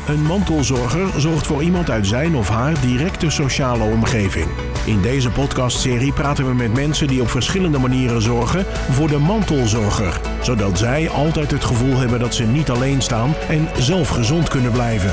Een mantelzorger zorgt voor iemand uit zijn of haar directe sociale omgeving. In deze podcastserie praten we met mensen die op verschillende manieren zorgen voor de mantelzorger. Zodat zij altijd het gevoel hebben dat ze niet alleen staan en zelf gezond kunnen blijven.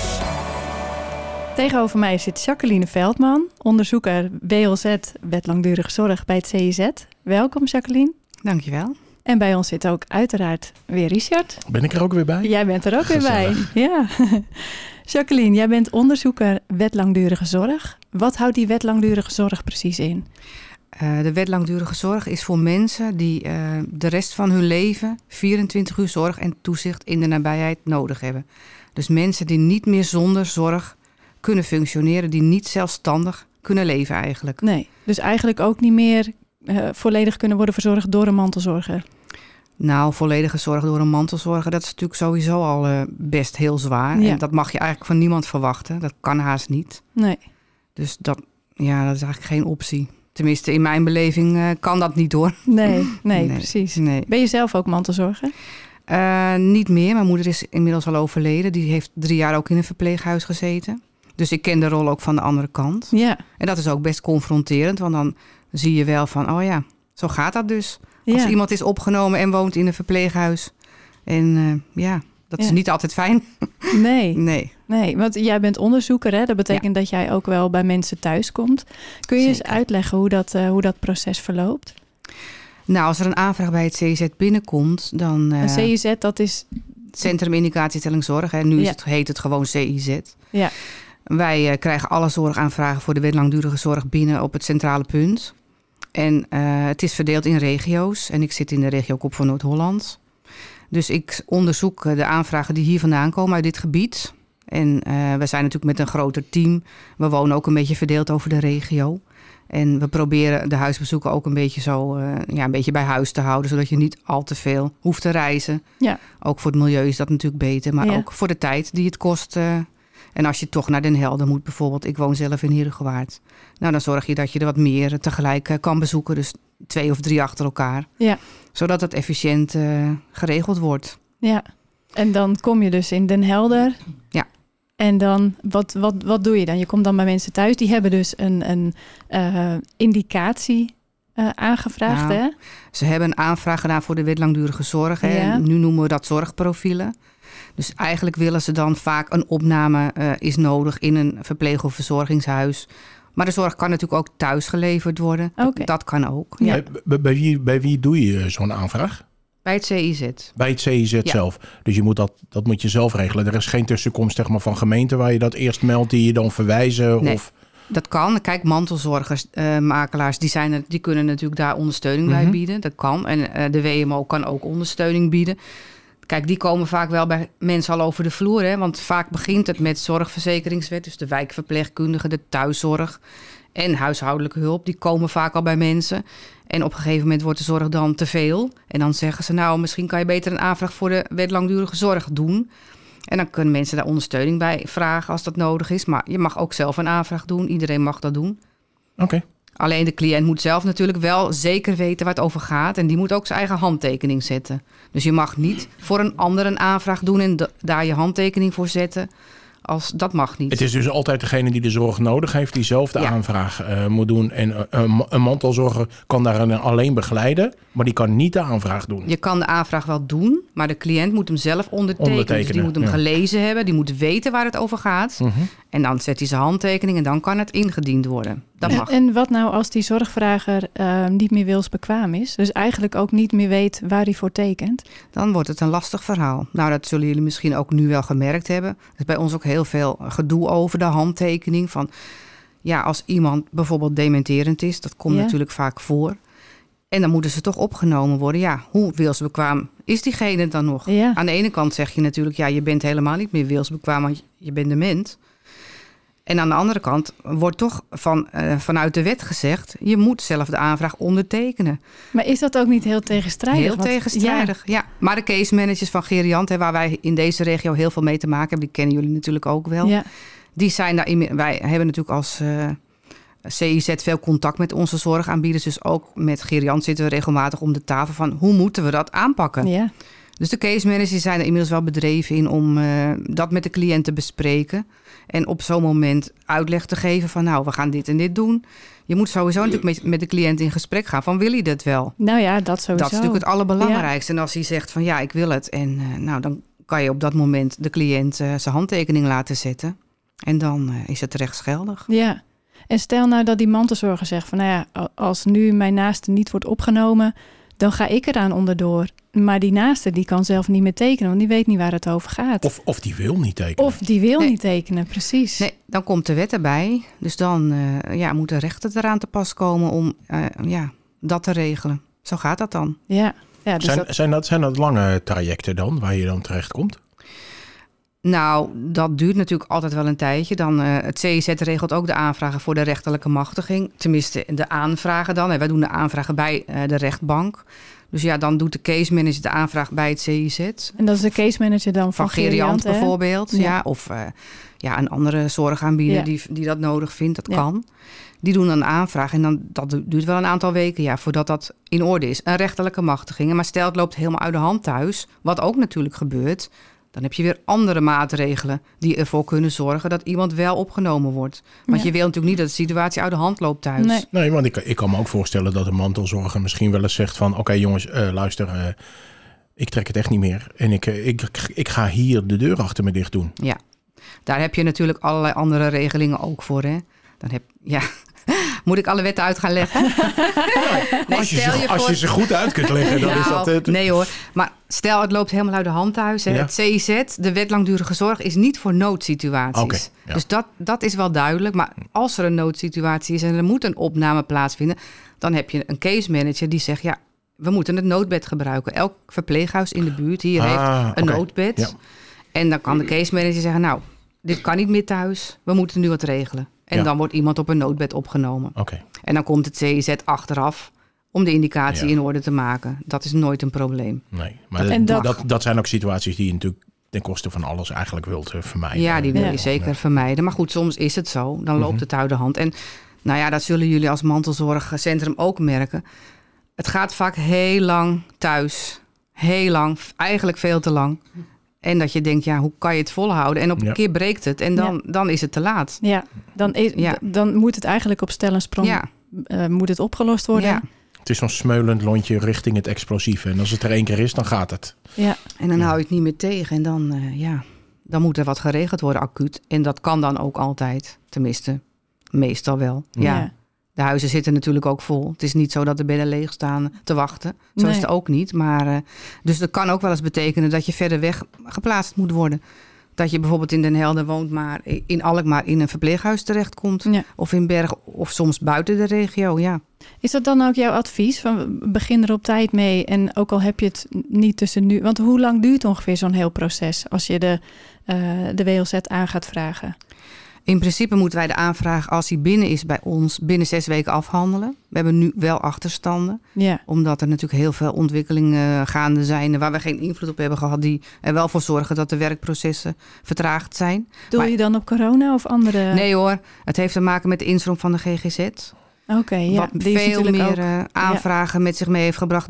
Tegenover mij zit Jacqueline Veldman, onderzoeker WLZ, Wet Langdurige Zorg bij het CIZ. Welkom Jacqueline. Dankjewel. En bij ons zit ook uiteraard weer Richard. Ben ik er ook weer bij? Jij bent er ook Gezellig. weer bij. Ja. Jacqueline, jij bent onderzoeker Wet Langdurige Zorg. Wat houdt die Wet Langdurige Zorg precies in? De Wet Langdurige Zorg is voor mensen die de rest van hun leven 24 uur zorg en toezicht in de nabijheid nodig hebben. Dus mensen die niet meer zonder zorg kunnen functioneren, die niet zelfstandig kunnen leven eigenlijk. Nee, dus eigenlijk ook niet meer volledig kunnen worden verzorgd door een mantelzorger. Nou, volledige zorg door een mantelzorger, dat is natuurlijk sowieso al best heel zwaar. Ja. En dat mag je eigenlijk van niemand verwachten. Dat kan haast niet. Nee. Dus dat is eigenlijk geen optie. Tenminste, in mijn beleving kan dat niet hoor. Nee, precies. Nee. Ben je zelf ook mantelzorger? Niet meer. Mijn moeder is inmiddels al overleden. Die heeft 3 jaar ook in een verpleeghuis gezeten. Dus ik ken de rol ook van de andere kant. Ja. En dat is ook best confronterend. Want dan zie je wel van, oh ja, zo gaat dat dus. Als iemand is opgenomen en woont in een verpleeghuis. En dat is niet altijd fijn. Nee, want jij bent onderzoeker, hè? Dat betekent dat jij ook wel bij mensen thuis komt. Kun je eens uitleggen hoe dat proces verloopt? Nou, als er een aanvraag bij het CIZ binnenkomt, dan... Een CIZ, dat is... Centrum Indicatiestelling Zorg. Hè. Nu heet het gewoon CIZ. Ja. Wij krijgen alle zorgaanvragen voor de wet langdurige zorg binnen op het centrale punt. En het is verdeeld in regio's. En ik zit in de regio Kop van Noord-Holland. Dus ik onderzoek de aanvragen die hier vandaan komen uit dit gebied. En we zijn natuurlijk met een groter team. We wonen ook een beetje verdeeld over de regio. En we proberen de huisbezoeken ook een beetje zo een beetje bij huis te houden. Zodat je niet al te veel hoeft te reizen. Ja. Ook voor het milieu is dat natuurlijk beter. Maar ook voor de tijd die het kost. En als je toch naar Den Helder moet bijvoorbeeld. Ik woon zelf in Heerhugowaard. Nou, dan zorg je dat je er wat meer tegelijk kan bezoeken. Dus 2 of 3 achter elkaar. Ja. Zodat het efficiënt geregeld wordt. Ja, en dan kom je dus in Den Helder. Ja. En dan, wat doe je dan? Je komt dan bij mensen thuis. Die hebben dus een indicatie aangevraagd, hè? Ze hebben een aanvraag gedaan voor de wet langdurige zorg. Hè? Ja. En nu noemen we dat zorgprofielen. Dus eigenlijk willen ze dan vaak een opname is nodig in een verpleeg- of verzorgingshuis. Maar de zorg kan natuurlijk ook thuis geleverd worden. Okay. Dat kan ook. Ja. Bij wie doe je zo'n aanvraag? Bij het CIZ. Bij het CIZ zelf. Dus je moet dat moet je zelf regelen. Er is geen tussenkomst van gemeenten waar je dat eerst meldt, die je dan verwijzen? Nee. Of... Dat kan. Kijk, mantelzorgers, makelaars, die kunnen natuurlijk daar ondersteuning bij bieden. Dat kan. En de WMO kan ook ondersteuning bieden. Kijk, die komen vaak wel bij mensen al over de vloer. Hè? Want vaak begint het met zorgverzekeringswet. Dus de wijkverpleegkundigen, de thuiszorg en huishoudelijke hulp. Die komen vaak al bij mensen. En op een gegeven moment wordt de zorg dan te veel. En dan zeggen ze, nou, misschien kan je beter een aanvraag voor de wet langdurige zorg doen. En dan kunnen mensen daar ondersteuning bij vragen als dat nodig is. Maar je mag ook zelf een aanvraag doen. Iedereen mag dat doen. Oké. Alleen de cliënt moet zelf natuurlijk wel zeker weten waar het over gaat. En die moet ook zijn eigen handtekening zetten. Dus je mag niet voor een ander een aanvraag doen en daar je handtekening voor zetten. Dat mag niet. Het is dus altijd degene die de zorg nodig heeft, die zelf de aanvraag moet doen. En een mantelzorger kan daar alleen begeleiden, maar die kan niet de aanvraag doen. Je kan de aanvraag wel doen, maar de cliënt moet hem zelf ondertekenen. Dus die moet hem gelezen hebben, die moet weten waar het over gaat. En dan zet hij zijn handtekening en dan kan het ingediend worden. Dat mag. En wat nou als die zorgvrager niet meer wilsbekwaam is? Dus eigenlijk ook niet meer weet waar hij voor tekent? Dan wordt het een lastig verhaal. Nou, dat zullen jullie misschien ook nu wel gemerkt hebben. Er is bij ons ook heel veel gedoe over de handtekening. Van, ja, als iemand bijvoorbeeld dementerend is, dat komt natuurlijk vaak voor. En dan moeten ze toch opgenomen worden. Ja, hoe wilsbekwaam is diegene dan nog? Ja. Aan de ene kant zeg je natuurlijk, ja, je bent helemaal niet meer wilsbekwaam, want je bent dement. En aan de andere kant wordt toch vanuit de wet gezegd, je moet zelf de aanvraag ondertekenen. Maar is dat ook niet heel tegenstrijdig? Heel tegenstrijdig, ja. Maar de case managers van Geriant, waar wij in deze regio heel veel mee te maken hebben, die kennen jullie natuurlijk ook wel. Ja. Die zijn daar. Wij hebben natuurlijk als CIZ veel contact met onze zorgaanbieders. Dus ook met Geriant zitten we regelmatig om de tafel van hoe moeten we dat aanpakken? Ja. Dus de case managers zijn er inmiddels wel bedreven in om dat met de cliënt te bespreken. En op zo'n moment uitleg te geven van nou, we gaan dit en dit doen. Je moet sowieso natuurlijk met de cliënt in gesprek gaan van wil hij dat wel? Nou ja, dat sowieso. Dat is natuurlijk het allerbelangrijkste. Ja. En als hij zegt van ja, ik wil het. En dan kan je op dat moment de cliënt zijn handtekening laten zetten. En dan is het rechtsgeldig. Ja. En stel nou dat die mantelzorger zegt van nou ja, als nu mijn naaste niet wordt opgenomen, dan ga ik eraan onderdoor. Maar die naaste die kan zelf niet meer tekenen, want die weet niet waar het over gaat. Of die wil niet tekenen. Of die wil niet tekenen, precies. Nee, dan komt de wet erbij. Dus dan moet de rechter eraan te pas komen om dat te regelen. Zo gaat dat dan. Ja. Dus zijn dat lange trajecten dan, waar je dan terecht komt? Nou, dat duurt natuurlijk altijd wel een tijdje. Dan, het CIZ regelt ook de aanvragen voor de rechterlijke machtiging. Tenminste, de aanvragen dan. Wij doen de aanvragen bij de rechtbank. Dus ja, dan doet de case manager de aanvraag bij het CIZ. En dat is de case manager dan van Geriant bijvoorbeeld. Ja. Of een andere zorgaanbieder die dat nodig vindt. Dat kan. Die doen dan een aanvraag en dat duurt wel een aantal weken voordat dat in orde is. Een rechterlijke machtiging. Maar stel het loopt helemaal uit de hand thuis, wat ook natuurlijk gebeurt. Dan heb je weer andere maatregelen die ervoor kunnen zorgen dat iemand wel opgenomen wordt. Want je wil natuurlijk niet dat de situatie uit de hand loopt thuis. Nee, want ik kan me ook voorstellen dat een mantelzorger misschien wel eens zegt van oké, jongens, luister, ik trek het echt niet meer. En ik ga hier de deur achter me dicht doen. Ja, daar heb je natuurlijk allerlei andere regelingen ook voor. Hè? Dan moet ik alle wetten uit gaan leggen? Als je ze goed uit kunt leggen, dan is dat... Nee hoor, maar stel het loopt helemaal uit de hand thuis. Hè? Ja. Het CIZ, de wet langdurige zorg, is niet voor noodsituaties. Okay, ja. Dus dat is wel duidelijk. Maar als er een noodsituatie is en er moet een opname plaatsvinden, dan heb je een case manager die zegt, ja, we moeten het noodbed gebruiken. Elk verpleeghuis in de buurt hier heeft een noodbed. Ja. En dan kan de case manager zeggen, nou, dit kan niet meer thuis. We moeten nu wat regelen. En dan wordt iemand op een noodbed opgenomen. Okay. En dan komt het CIZ achteraf om de indicatie in orde te maken. Dat is nooit een probleem. Nee, maar dat zijn ook situaties die je natuurlijk ten koste van alles eigenlijk wilt vermijden. Ja, die wil je zeker vermijden. Maar goed, soms is het zo. Dan loopt het uit de hand. En nou ja, dat zullen jullie als mantelzorgcentrum ook merken. Het gaat vaak heel lang thuis. Heel lang, eigenlijk veel te lang. En dat je denkt, ja, hoe kan je het volhouden? En op een keer breekt het en dan is het te laat. Ja, dan moet het eigenlijk op stel en sprong moet het opgelost worden. Ja. Het is zo'n smeulend lontje richting het explosieve. En als het er 1 keer is, dan gaat het. Ja. En dan hou je het niet meer tegen. En dan moet er wat geregeld worden acuut. En dat kan dan ook altijd. Tenminste, meestal wel. Ja. De huizen zitten natuurlijk ook vol. Het is niet zo dat de bedden leeg staan te wachten. Zo is het ook niet. Maar, dus dat kan ook wel eens betekenen dat je verder weg geplaatst moet worden. Dat je bijvoorbeeld in Den Helder woont, maar in Alkmaar in een verpleeghuis terechtkomt. Ja. Of in Bergen of soms buiten de regio, ja. Is dat dan ook jouw advies? Van begin er op tijd mee en ook al heb je het niet tussen nu. Want hoe lang duurt ongeveer zo'n heel proces als je de WLZ aan gaat vragen? In principe moeten wij de aanvraag, als die binnen is bij ons, binnen 6 weken afhandelen. We hebben nu wel achterstanden. Ja. Omdat er natuurlijk heel veel ontwikkelingen gaande zijn waar we geen invloed op hebben gehad. Die er wel voor zorgen dat de werkprocessen vertraagd zijn. Doe je dan op corona of andere? Nee hoor, het heeft te maken met de instroom van de GGZ. Oké, ja. Wat veel meer aanvragen met zich mee heeft gebracht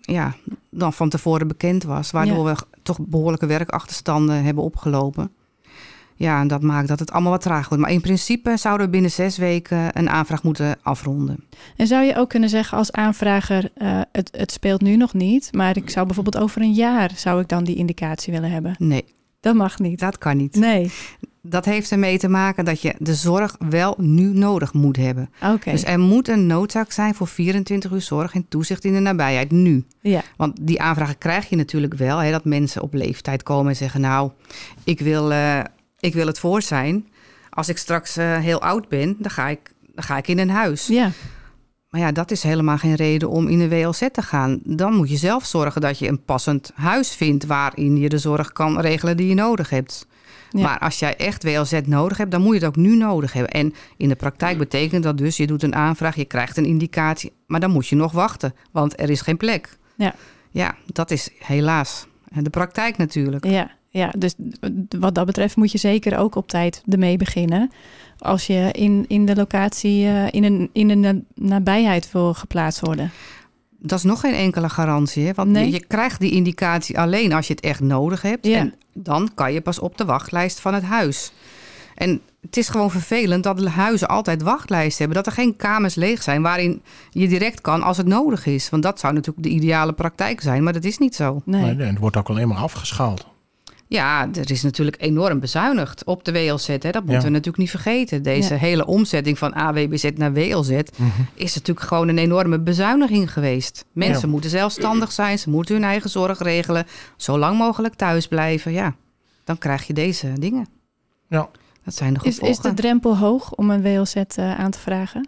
dan van tevoren bekend was. Waardoor we toch behoorlijke werkachterstanden hebben opgelopen. Ja, en dat maakt dat het allemaal wat traag wordt. Maar in principe zouden we binnen 6 weken een aanvraag moeten afronden. En zou je ook kunnen zeggen als aanvrager, het speelt nu nog niet, maar ik zou bijvoorbeeld over een jaar, zou ik dan die indicatie willen hebben? Nee. Dat mag niet. Dat kan niet. Nee. Dat heeft ermee te maken dat je de zorg wel nu nodig moet hebben. Okay. Dus er moet een noodzaak zijn voor 24 uur zorg en toezicht in de nabijheid nu. Ja. Want die aanvragen krijg je natuurlijk wel. Hè, dat mensen op leeftijd komen en zeggen, nou, ik wil het voor zijn. Als ik straks heel oud ben, dan ga ik in een huis. Ja. Maar ja, dat is helemaal geen reden om in een WLZ te gaan. Dan moet je zelf zorgen dat je een passend huis vindt waarin je de zorg kan regelen die je nodig hebt. Ja. Maar als jij echt WLZ nodig hebt, dan moet je het ook nu nodig hebben. En in de praktijk betekent dat dus, je doet een aanvraag, je krijgt een indicatie, maar dan moet je nog wachten, want er is geen plek. Ja, dat is helaas de praktijk natuurlijk. Ja, dus wat dat betreft moet je zeker ook op tijd ermee beginnen. Als je in de locatie in een nabijheid wil geplaatst worden. Dat is nog geen enkele garantie. Hè? Want je krijgt die indicatie alleen als je het echt nodig hebt. Ja. En dan kan je pas op de wachtlijst van het huis. En het is gewoon vervelend dat de huizen altijd wachtlijsten hebben. Dat er geen kamers leeg zijn waarin je direct kan als het nodig is. Want dat zou natuurlijk de ideale praktijk zijn. Maar dat is niet zo. Nee, het wordt ook alleen maar afgeschaald. Ja, er is natuurlijk enorm bezuinigd op de WLZ. Hè? Dat moeten we natuurlijk niet vergeten. Deze hele omzetting van AWBZ naar WLZ... is natuurlijk gewoon een enorme bezuiniging geweest. Mensen moeten zelfstandig zijn. Ze moeten hun eigen zorg regelen. Zo lang mogelijk thuis blijven. Ja, dan krijg je deze dingen. Ja. Dat zijn de gevolgen. Is de drempel hoog om een WLZ aan te vragen?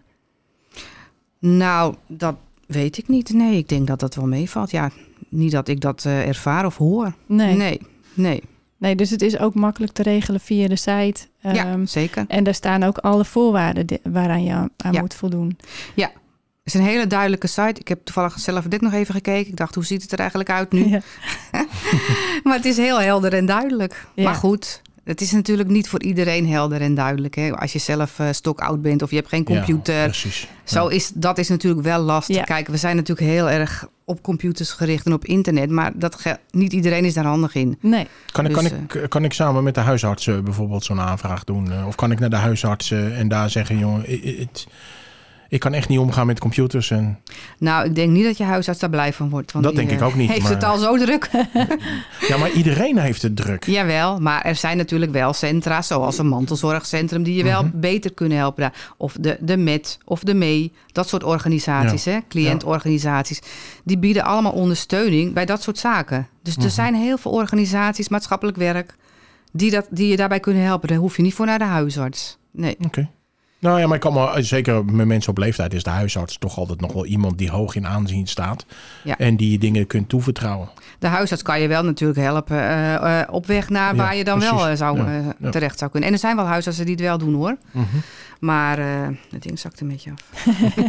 Nou, dat weet ik niet. Nee, ik denk dat dat wel meevalt. Ja, niet dat ik dat ervaar of hoor. Nee, dus het is ook makkelijk te regelen via de site. Ja, zeker. En daar staan ook alle voorwaarden waaraan je aan moet voldoen. Ja, het is een hele duidelijke site. Ik heb toevallig zelf dit nog even gekeken. Ik dacht, hoe ziet het er eigenlijk uit nu? Ja. Maar het is heel helder en duidelijk. Ja. Maar goed, het is natuurlijk niet voor iedereen helder en duidelijk. Hè? Als je zelf stokoud bent of je hebt geen computer. Ja, precies. Dat is natuurlijk wel lastig. Ja. Kijk, we zijn natuurlijk heel erg op computers gericht en op internet. Maar niet iedereen is daar handig in. Nee. Kan ik samen met de huisartsen bijvoorbeeld zo'n aanvraag doen? Of kan ik naar de huisartsen en daar zeggen, jongen, ik kan echt niet omgaan met computers. Nou, ik denk niet dat je huisarts daar blij van wordt. Want dat denk ik ook niet. Heeft het al zo druk? Ja, maar iedereen heeft het druk. Jawel, maar er zijn natuurlijk wel centra, zoals een mantelzorgcentrum, die je wel beter kunnen helpen. Of de MET of de MEE, dat soort organisaties, cliëntorganisaties. Die bieden allemaal ondersteuning bij dat soort zaken. Dus er zijn heel veel organisaties, maatschappelijk werk, die je daarbij kunnen helpen. Daar hoef je niet voor naar de huisarts. Nee. Oké. Nou ja, maar ik kan maar, zeker met mensen op leeftijd is de huisarts toch altijd nog wel iemand die hoog in aanzien staat. Ja. En die je dingen kunt toevertrouwen. De huisarts kan je wel natuurlijk helpen op weg naar waar je dan wel terecht zou kunnen. En er zijn wel huisartsen die het wel doen hoor. Maar het ding zakt een beetje af.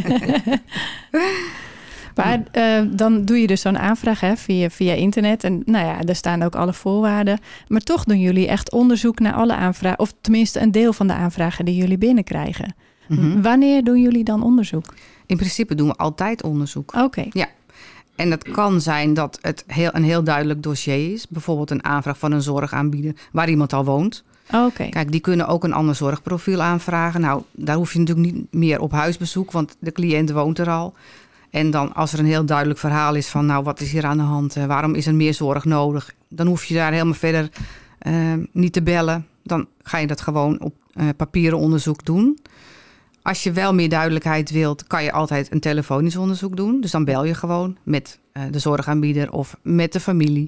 Maar dan doe je dus zo'n aanvraag via internet. En nou ja, daar staan ook alle voorwaarden. Maar toch doen jullie echt onderzoek naar alle aanvragen. Of tenminste een deel van de aanvragen die jullie binnenkrijgen. Wanneer doen jullie dan onderzoek? In principe doen we altijd onderzoek. Oké. Ja. En het kan zijn dat het een heel duidelijk dossier is. Bijvoorbeeld een aanvraag van een zorgaanbieder waar iemand al woont. Okay. Kijk, die kunnen ook een ander zorgprofiel aanvragen. Nou, daar hoef je natuurlijk niet meer op huisbezoek, want de cliënt woont er al. En dan als er een heel duidelijk verhaal is van, nou, wat is hier aan de hand? Waarom is er meer zorg nodig? Dan hoef je daar helemaal verder niet te bellen. Dan ga je dat gewoon op papieren onderzoek doen. Als je wel meer duidelijkheid wilt, kan je altijd een telefonisch onderzoek doen. Dus dan bel je gewoon met de zorgaanbieder of met de familie.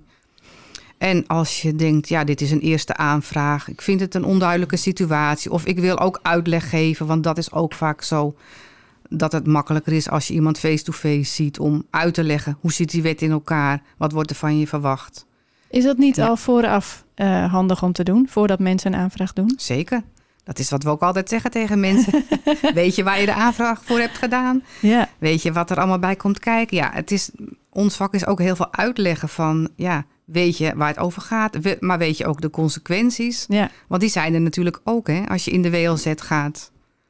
En als je denkt, ja, dit is een eerste aanvraag. Ik vind het een onduidelijke situatie. Of ik wil ook uitleg geven, want dat is ook vaak zo dat het makkelijker is als je iemand face-to-face ziet om uit te leggen. Hoe zit die wet in elkaar? Wat wordt er van je verwacht? Is dat niet al vooraf handig om te doen, voordat mensen een aanvraag doen? Zeker. Dat is wat we ook altijd zeggen tegen mensen. Weet je waar je de aanvraag voor hebt gedaan? Ja. Weet je wat er allemaal bij komt kijken? Ja, ons vak is ook heel veel uitleggen van, ja, weet je waar het over gaat? Maar weet je ook de consequenties? Ja. Want die zijn er natuurlijk ook, hè, als je in de WLZ gaat.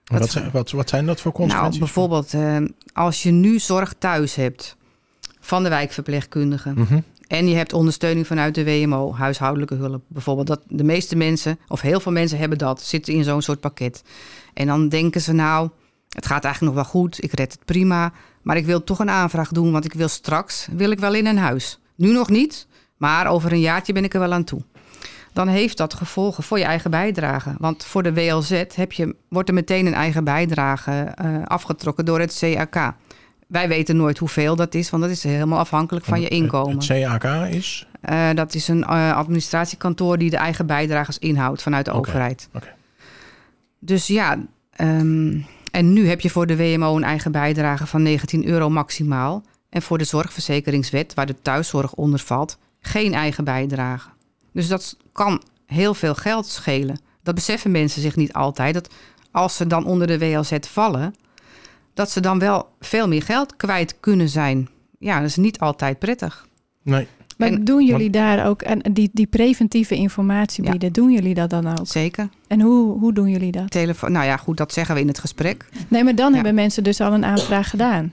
Wat zijn dat voor consequenties? Nou, bijvoorbeeld als je nu zorg thuis hebt van de wijkverpleegkundige. En je hebt ondersteuning vanuit de WMO, huishoudelijke hulp bijvoorbeeld. De meeste mensen, of heel veel mensen hebben dat, zitten in zo'n soort pakket. En dan denken ze, nou, het gaat eigenlijk nog wel goed, ik red het prima. Maar ik wil toch een aanvraag doen, want ik wil straks wel in een huis. Nu nog niet, maar over een jaartje ben ik er wel aan toe. Dan heeft dat gevolgen voor je eigen bijdrage. Want voor de WLZ wordt er meteen een eigen bijdrage afgetrokken door het CAK. Wij weten nooit hoeveel dat is, want dat is helemaal afhankelijk van je inkomen. Het CAK is? Dat is een administratiekantoor die de eigen bijdragers inhoudt vanuit de overheid. Okay. Dus ja, en nu heb je voor de WMO een eigen bijdrage van €19 maximaal. En voor de zorgverzekeringswet, waar de thuiszorg onder valt, geen eigen bijdrage. Dus dat kan heel veel geld schelen. Dat beseffen mensen zich niet altijd. Dat als ze dan onder de WLZ vallen, dat ze dan wel veel meer geld kwijt kunnen zijn. Ja, dat is niet altijd prettig. Nee. Maar doen jullie daar ook die preventieve informatie bieden? Doen jullie dat dan ook? Zeker. En hoe doen jullie dat? Nou ja, goed, dat zeggen we in het gesprek. Nee, maar dan hebben mensen dus al een aanvraag gedaan.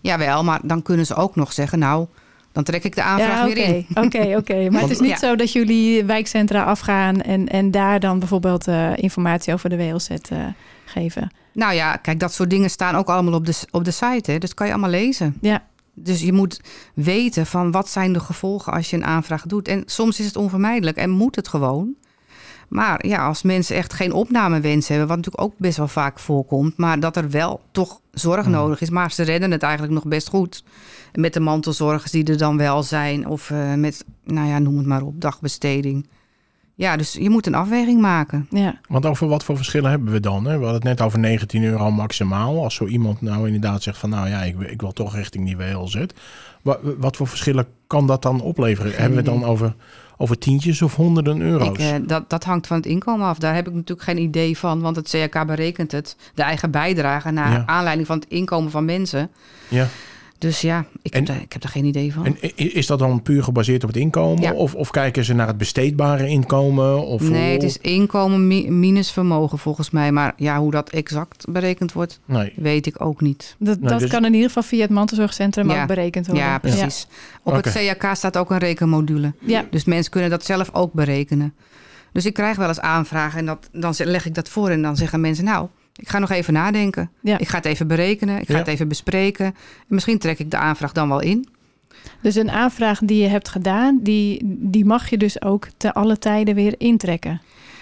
Jawel, maar dan kunnen ze ook nog zeggen... nou, dan trek ik de aanvraag weer in. Oké. Maar het is niet zo dat jullie wijkcentra afgaan... en daar dan bijvoorbeeld informatie over de WLZ geven? Nou ja, kijk, dat soort dingen staan ook allemaal op de site. Hè? Dus kan je allemaal lezen. Ja. Dus je moet weten van wat zijn de gevolgen als je een aanvraag doet. En soms is het onvermijdelijk en moet het gewoon. Maar ja, als mensen echt geen opnamewens hebben... wat natuurlijk ook best wel vaak voorkomt... maar dat er wel toch zorg nodig is. Maar ze redden het eigenlijk nog best goed. Met de mantelzorgers die er dan wel zijn... of met, nou ja, noem het maar op, dagbesteding. Ja, dus je moet een afweging maken. Ja. Want over wat voor verschillen hebben we dan? Hè? We hadden het net over €19 maximaal. Als zo iemand nou inderdaad zegt van... nou ja, ik wil toch richting die WLZ. Wat voor verschillen kan dat dan opleveren? Hebben we het dan over tientjes of honderden euro's? Dat hangt van het inkomen af. Daar heb ik natuurlijk geen idee van. Want het CAK berekent het. De eigen bijdrage naar aanleiding van het inkomen van mensen. Ja. Dus ja, ik heb daar geen idee van. En is dat dan puur gebaseerd op het inkomen? Ja. Of kijken ze naar het besteedbare inkomen? Nee, het is inkomen minus vermogen volgens mij. Maar ja, hoe dat exact berekend wordt, weet ik ook niet. Dat kan in ieder geval via het mantelzorgcentrum ook berekend worden. Ja, precies. Ja. Op het CAK staat ook een rekenmodule. Ja. Dus mensen kunnen dat zelf ook berekenen. Dus ik krijg wel eens aanvragen en dan leg ik dat voor. En dan zeggen mensen, nou... ik ga nog even nadenken. Ja. Ik ga het even berekenen. Ik ga het even bespreken. En misschien trek ik de aanvraag dan wel in. Dus een aanvraag die je hebt gedaan... die mag je dus ook te alle tijden weer intrekken?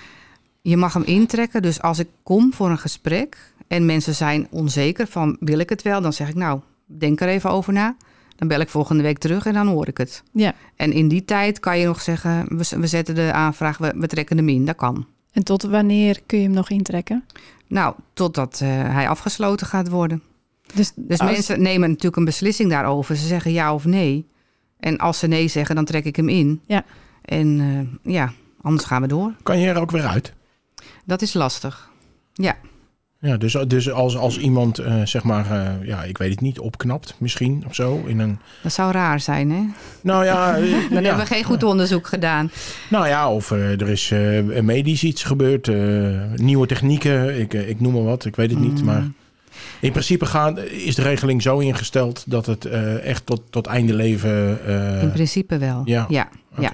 Je mag hem intrekken. Dus als ik kom voor een gesprek... en mensen zijn onzeker van wil ik het wel... dan zeg ik nou, denk er even over na. Dan bel ik volgende week terug en dan hoor ik het. Ja. En in die tijd kan je nog zeggen... we zetten de aanvraag, we trekken hem in. Dat kan. En tot wanneer kun je hem nog intrekken? Nou, totdat hij afgesloten gaat worden. Dus mensen nemen natuurlijk een beslissing daarover. Ze zeggen ja of nee. En als ze nee zeggen, dan trek ik hem in. Ja. En anders gaan we door. Kan je er ook weer uit? Dat is lastig. Ja. Ja, dus als iemand, zeg maar, ik weet het niet, opknapt misschien of zo. Dat zou raar zijn, hè? Nou ja... Dan hebben we geen goed onderzoek gedaan. Nou ja, of er is medisch iets gebeurd. Nieuwe technieken, ik noem maar wat, ik weet het niet. Maar in principe is de regeling zo ingesteld dat het echt tot einde leven... in principe wel, ja. Okay. Ja.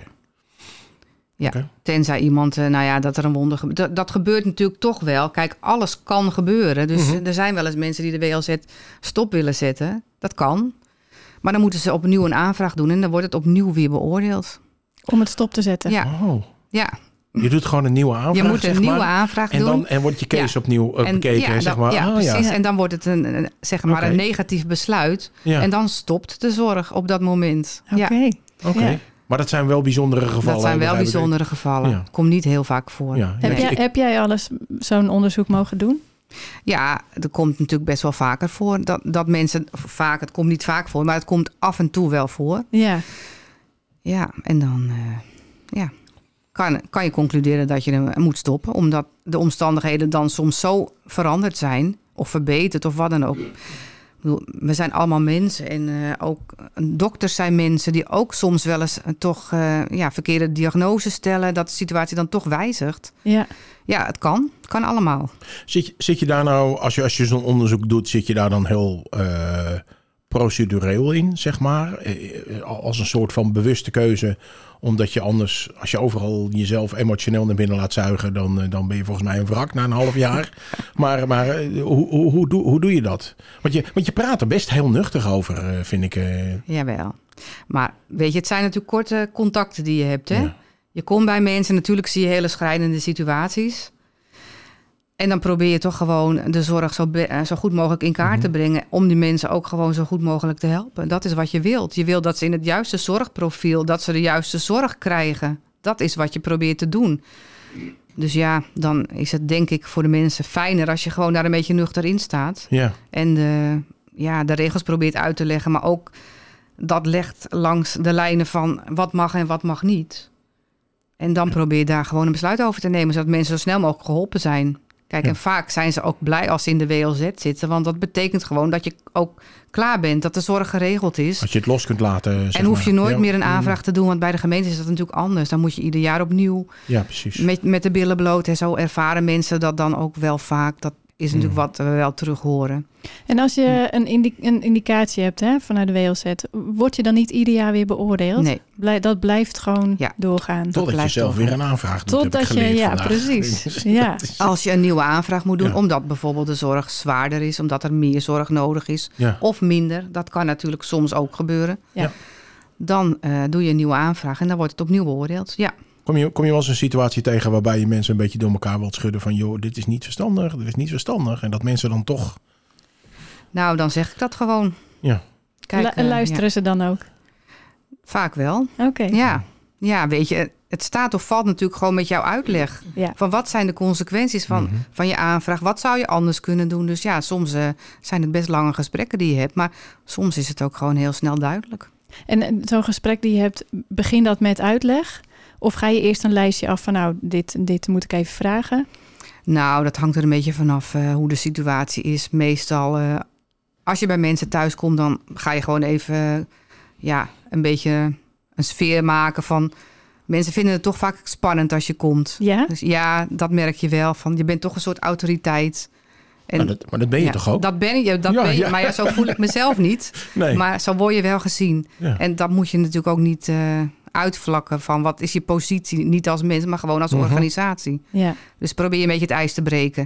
Ja, okay. Tenzij iemand, dat er een wonder gebeurt. Dat gebeurt natuurlijk toch wel. Kijk, alles kan gebeuren. Dus er zijn wel eens mensen die de WLZ stop willen zetten. Dat kan. Maar dan moeten ze opnieuw een aanvraag doen. En dan wordt het opnieuw weer beoordeeld. Om het stop te zetten? Ja. Oh. Ja. Je doet gewoon een nieuwe aanvraag, je moet een nieuwe aanvraag doen. En wordt je case opnieuw bekeken, zeg maar. Ja, precies. En dan wordt het een negatief besluit. Ja. En dan stopt de zorg op dat moment. Oké. Ja. Maar dat zijn wel bijzondere gevallen. Dat zijn wel bijzondere gevallen. Ja. Komt niet heel vaak voor. Ja. Heb jij al eens zo'n onderzoek mogen doen? Ja, dat komt natuurlijk best wel vaker voor. Dat mensen vaak, het komt niet vaak voor, maar het komt af en toe wel voor. Ja. Ja, en dan kan je concluderen dat je hem moet stoppen. Omdat de omstandigheden dan soms zo veranderd zijn. Of verbeterd of wat dan ook. We zijn allemaal mensen en ook dokters zijn mensen die ook soms wel eens toch verkeerde diagnoses stellen. Dat de situatie dan toch wijzigt. Ja, het kan. Het kan allemaal. Zit je daar nou, als je zo'n onderzoek doet, zit je daar dan heel procedureel in, zeg maar? Als een soort van bewuste keuze, omdat je anders, als je overal jezelf emotioneel naar binnen laat zuigen, dan ben je volgens mij een wrak na een half jaar. Maar hoe doe je dat? Want je praat er best heel nuchtig over, vind ik. Jawel. Maar weet je, het zijn natuurlijk korte contacten die je hebt, hè? Ja. Je komt bij mensen, natuurlijk zie je hele schrijnende situaties. En dan probeer je toch gewoon de zorg zo goed mogelijk in kaart te brengen, om die mensen ook gewoon zo goed mogelijk te helpen. Dat is wat je wilt. Je wilt dat ze in het juiste zorgprofiel, dat ze de juiste zorg krijgen. Dat is wat je probeert te doen. Dus ja, dan is het denk ik voor de mensen fijner als je gewoon daar een beetje nuchter in staat. Ja. En de regels probeert uit te leggen, maar ook dat legt langs de lijnen van wat mag en wat mag niet. En dan probeer je daar gewoon een besluit over te nemen, zodat mensen zo snel mogelijk geholpen zijn. Kijk, en vaak zijn ze ook blij als ze in de WLZ zitten. Want dat betekent gewoon dat je ook klaar bent. Dat de zorg geregeld is. Dat je het los kunt laten. En hoef je nooit meer een aanvraag te doen. Want bij de gemeente is dat natuurlijk anders. Dan moet je ieder jaar opnieuw. Ja, precies. Met de billen bloot. En zo ervaren mensen dat dan ook wel vaak. Dat is natuurlijk wat we wel terug horen. En als je een indicatie hebt vanuit de WLZ, word je dan niet ieder jaar weer beoordeeld? Nee. Dat blijft gewoon doorgaan. Totdat je zelf weer een aanvraag doet. Totdat je, precies. Ja. Als je een nieuwe aanvraag moet doen, omdat bijvoorbeeld de zorg zwaarder is, omdat er meer zorg nodig is, of minder, dat kan natuurlijk soms ook gebeuren. Ja. Dan doe je een nieuwe aanvraag en dan wordt het opnieuw beoordeeld. Ja. Kom je wel eens een situatie tegen waarbij je mensen een beetje door elkaar wilt schudden van joh, dit is niet verstandig. En dat mensen dan toch... Nou, dan zeg ik dat gewoon. Ja. Kijk, luisteren ze dan ook? Vaak wel. Oké. Ja, weet je, het staat of valt natuurlijk gewoon met jouw uitleg. Ja. Van wat zijn de consequenties van je aanvraag? Wat zou je anders kunnen doen? Dus ja, soms zijn het best lange gesprekken die je hebt. Maar soms is het ook gewoon heel snel duidelijk. En zo'n gesprek die je hebt, begint dat met uitleg? Of ga je eerst een lijstje af van nou, dit moet ik even vragen? Nou, dat hangt er een beetje vanaf hoe de situatie is. Meestal, als je bij mensen thuis komt, dan ga je gewoon even een beetje een sfeer maken van... Mensen vinden het toch vaak spannend als je komt. Ja? Dus ja, dat merk je wel. Van, je bent toch een soort autoriteit. En, maar dat ben je toch ook? Dat ben je. Maar zo voel ik mezelf niet. Nee. Maar zo word je wel gezien. Ja. En dat moet je natuurlijk ook niet... uitvlakken van wat is je positie, niet als mens, maar gewoon als organisatie. Ja. Dus probeer je een beetje het ijs te breken.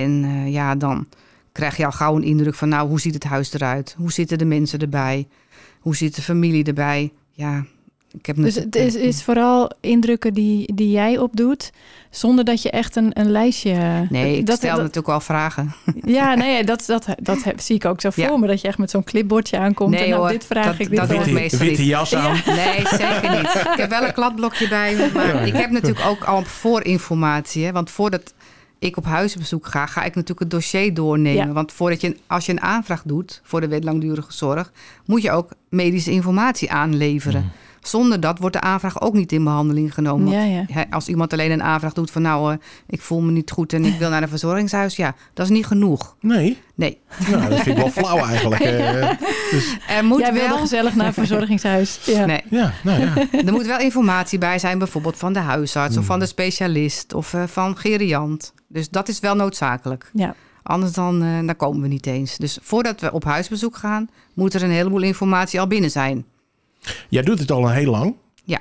En dan krijg je al gauw een indruk van nou, hoe ziet het huis eruit? Hoe zitten de mensen erbij? Hoe zit de familie erbij? Ja, ik heb dus het is vooral indrukken die jij opdoet, zonder dat je echt een lijstje... Nee, ik stel natuurlijk wel vragen. Ja, nee, dat zie ik ook zo voor me. Dat je echt met zo'n clipbordje aankomt. Nee, en nou, hoor, dit vraag ik. Dat doe ik meestal niet. Witte jas aan. Ja. Nee, zeker niet. Ik heb wel een kladblokje bij me. Maar ik heb natuurlijk ook al voorinformatie. Hè, want voordat ik op huisbezoek ga ik natuurlijk het dossier doornemen. Ja. Want als je een aanvraag doet voor de wet langdurige zorg, moet je ook medische informatie aanleveren. Zonder dat wordt de aanvraag ook niet in behandeling genomen. Ja. Als iemand alleen een aanvraag doet van nou, ik voel me niet goed en ik wil naar een verzorgingshuis. Ja, dat is niet genoeg. Nee? Nee. Nou, dat vind ik wel flauw eigenlijk. Dus... Jij wilde gezellig naar een verzorgingshuis. Ja. Nee. Ja, nou ja. Er moet wel informatie bij zijn, bijvoorbeeld van de huisarts of van de specialist of van geriant. Dus dat is wel noodzakelijk. Ja. Anders dan komen we niet eens. Dus voordat we op huisbezoek gaan, moet er een heleboel informatie al binnen zijn. Jij doet het al heel lang. Ja.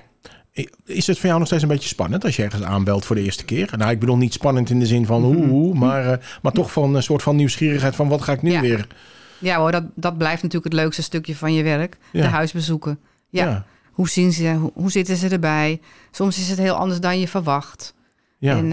Is het voor jou nog steeds een beetje spannend als je ergens aanbelt voor de eerste keer? Nou, ik bedoel niet spannend in de zin van maar toch van een soort van nieuwsgierigheid van wat ga ik nu weer? Ja hoor, dat blijft natuurlijk het leukste stukje van je werk. Ja. De huisbezoeken. Ja. Hoe zien ze, hoe zitten ze erbij? Soms is het heel anders dan je verwacht. Ja. En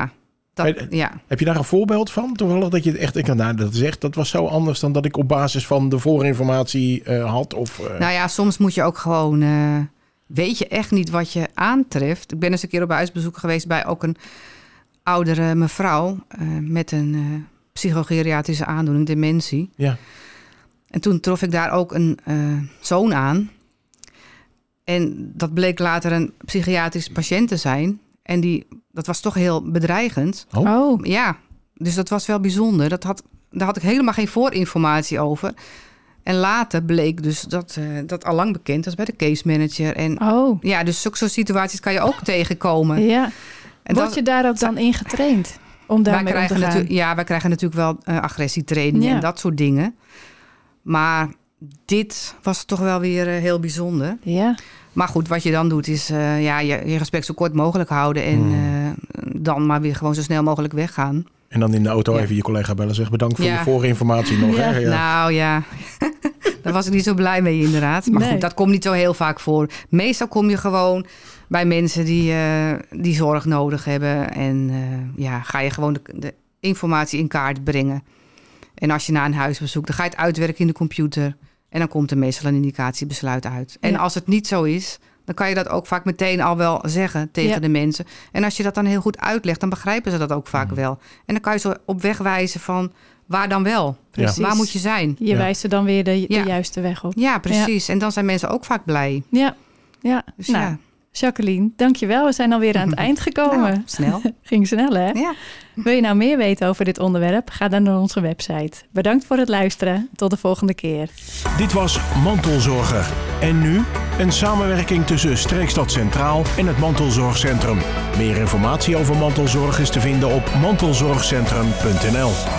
Heb je daar een voorbeeld van? Toevallig dat je het echt, dat was zo anders dan dat ik op basis van de voorinformatie had? Nou ja, soms moet je ook gewoon, weet je echt niet wat je aantreft. Ik ben eens een keer op huisbezoek geweest bij ook een oudere mevrouw met een psychogeriatrische aandoening, dementie. Ja. En toen trof ik daar ook een zoon aan. En dat bleek later een psychiatrisch patiënt te zijn. En dat was toch heel bedreigend. Oh. Ja, dus dat was wel bijzonder. Daar had ik helemaal geen voorinformatie over. En later bleek dus dat al lang bekend was bij de case manager. En ja, dus zulke soort situaties kan je ook tegenkomen. Ja. En word je daar ook dan in getraind om daarmee om te gaan? Ja, wij krijgen natuurlijk wel agressietrainingen en dat soort dingen. Maar dit was toch wel weer heel bijzonder. Ja. Maar goed, wat je dan doet is je gesprek zo kort mogelijk houden. En dan maar weer gewoon zo snel mogelijk weggaan. En dan in de auto even je collega bellen en zeggen bedankt voor je voorinformatie nog. Ja. Hè? Ja. Nou ja, daar was ik niet zo blij mee inderdaad. Maar goed, dat komt niet zo heel vaak voor. Meestal kom je gewoon bij mensen die zorg nodig hebben. En ga je gewoon de informatie in kaart brengen. En als je naar een huisbezoek, dan ga je het uitwerken in de computer. En dan komt er meestal een indicatiebesluit uit. En als het niet zo is, dan kan je dat ook vaak meteen al wel zeggen tegen de mensen. En als je dat dan heel goed uitlegt, dan begrijpen ze dat ook vaak wel. En dan kan je ze op weg wijzen van waar dan wel. Precies. Waar moet je zijn? Je wijst er dan weer de juiste weg op. Ja, precies. Ja. En dan zijn mensen ook vaak blij. Ja. Dus Jacqueline, dankjewel. We zijn alweer aan het eind gekomen. Nou, snel. Ging snel, hè? Ja. Wil je nou meer weten over dit onderwerp? Ga dan naar onze website. Bedankt voor het luisteren. Tot de volgende keer. Dit was Mantelzorger. En nu een samenwerking tussen Streekstad Centraal en het Mantelzorgcentrum. Meer informatie over mantelzorg is te vinden op mantelzorgcentrum.nl.